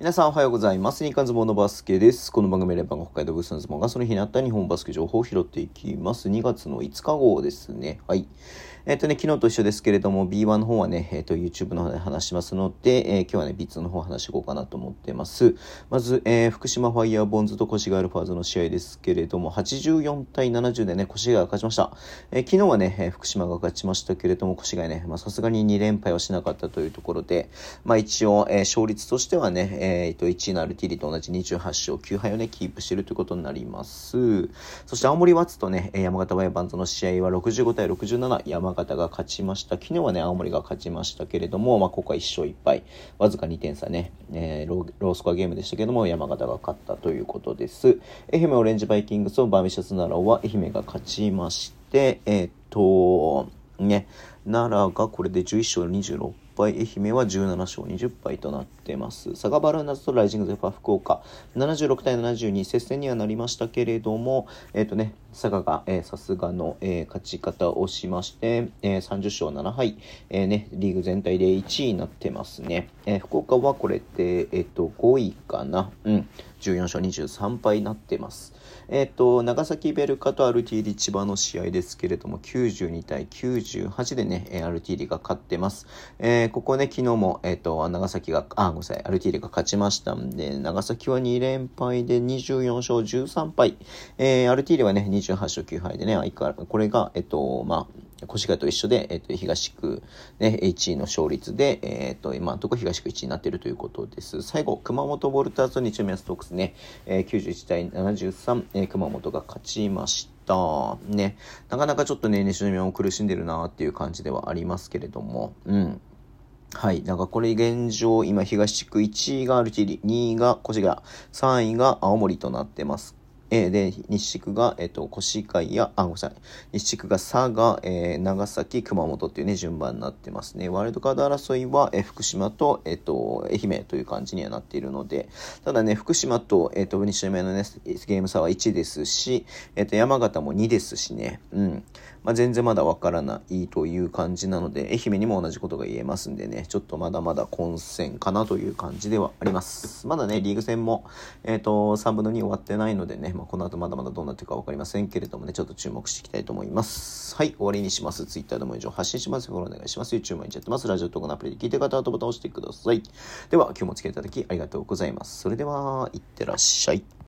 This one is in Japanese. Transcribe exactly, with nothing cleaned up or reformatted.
皆さんおはようございます。日刊ズボンのバスケです。この番組は連邦が北海道ブースのズボンがその日にあった日本バスケ情報を拾っていきます。にがつのいつか号ですね。はい。えっ、とね、昨日と一緒ですけれども、ビーワン の方はね、えっ、と、YouTube の方で話しますので、えー、今日はね、ビーツー の方話していこうかなと思ってます。まず、えー、福島ファイヤーボンズと越谷アルファーズの試合ですけれども、はちじゅうよんたいななじゅうでね、越谷が勝ちました。えー、昨日はね、えー、福島が勝ちましたけれども、越谷ね、まあ、さすがにに連敗はしなかったというところで、まあ、一応、えー、勝率としてはね、えー、といちいのアルティリと同じにじゅうはちしょうきゅうはいをね、キープしているということになります。そして青森ワッツとね、山形ワイヤーバンズの試合はろくじゅうごたいろくじゅうなな、山形が勝ちました。昨日はね、青森が勝ちましたけれども、まあ、ここはいっしょういっぱい、わずかにてん差ね、えーロー、ロースコアゲームでしたけども、山形が勝ったということです。愛媛オレンジバイキングスとバーミシャス奈良は愛媛が勝ちまして、えー、っと、ね、奈良がこれでじゅういっしょうにじゅうろっぱい、愛媛はじゅうななしょうにじゅっぱいとなってます。佐賀バルーナズとライジングゼファー福岡ななじゅうろくたいななじゅうに、接戦にはなりましたけれども、えっ、ー、とね、佐賀が、えー、さすがの、えー、勝ち方をしまして、えー、さんじゅっしょうななはい、えーね、リーグ全体でいちいになってますね。えー、福岡はこれで、えっ、ー、とごいかな、うん、じゅうよんしょうにじゅうさんぱいになってます。えっ、ー、と長崎ベルカと アールティーディー 千葉の試合ですけれども、きゅうじゅうにたいきゅうじゅうはちでね、 アールティーディー が勝ってます。えー、ここね、昨日も、えっ、ー、と長崎があごめんなさい アールティーディー が勝ちましたんで、長崎はにれんぱいでにじゅうよんしょうじゅうさんぱい、えー、アールティーディー はねにじゅうはちしょうきゅうはいでね、これがえっ、ー、とまあ越谷と一緒で、えっ、ー、と、東区、ね、いちいの勝率で、えっ、ー、と、今のところ東区いちいになっているということです。最後、熊本ボルターズと日曜目ストークスね、えー、きゅうじゅういちたいななじゅうさん、えー、熊本が勝ちました。ね、なかなかちょっとね、西宮も苦しんでるなっていう感じではありますけれども、うん。はい。なんかこれ現状、今東地区いちいが アールティーディー、にいが越谷、さんいが青森となってます。えー、で、西地区が、えっ、ー、と、越谷や、あ、ごめんなさい。西地区が佐賀、えー、長崎、熊本っていうね、順番になってますね。ワールドカード争いは、えー、福島と、えっ、ー、と、愛媛という感じにはなっているので、ただね、福島と、えっ、ー、と、西宮のね、ゲーム差はいちですし、えっ、と、山形もにですしね、うん。まあ、全然まだわからないという感じなので、愛媛にも同じことが言えますんでね、ちょっとまだまだ混戦かなという感じではあります。まだね、リーグ戦も、えっ、と、さんぶんのに終わってないのでね、まあ、この後まだまだどうなってるかわかりませんけれどもね、ちょっと注目していきたいと思います。はい、終わりにします。Twitter でも以上発信します。フォローお願いします。YouTube もやってます。ラジオトークのアプリで聞いてる方はボタンを押してください。では、今日もお付き合いいただきありがとうございます。それでは、いってらっしゃい。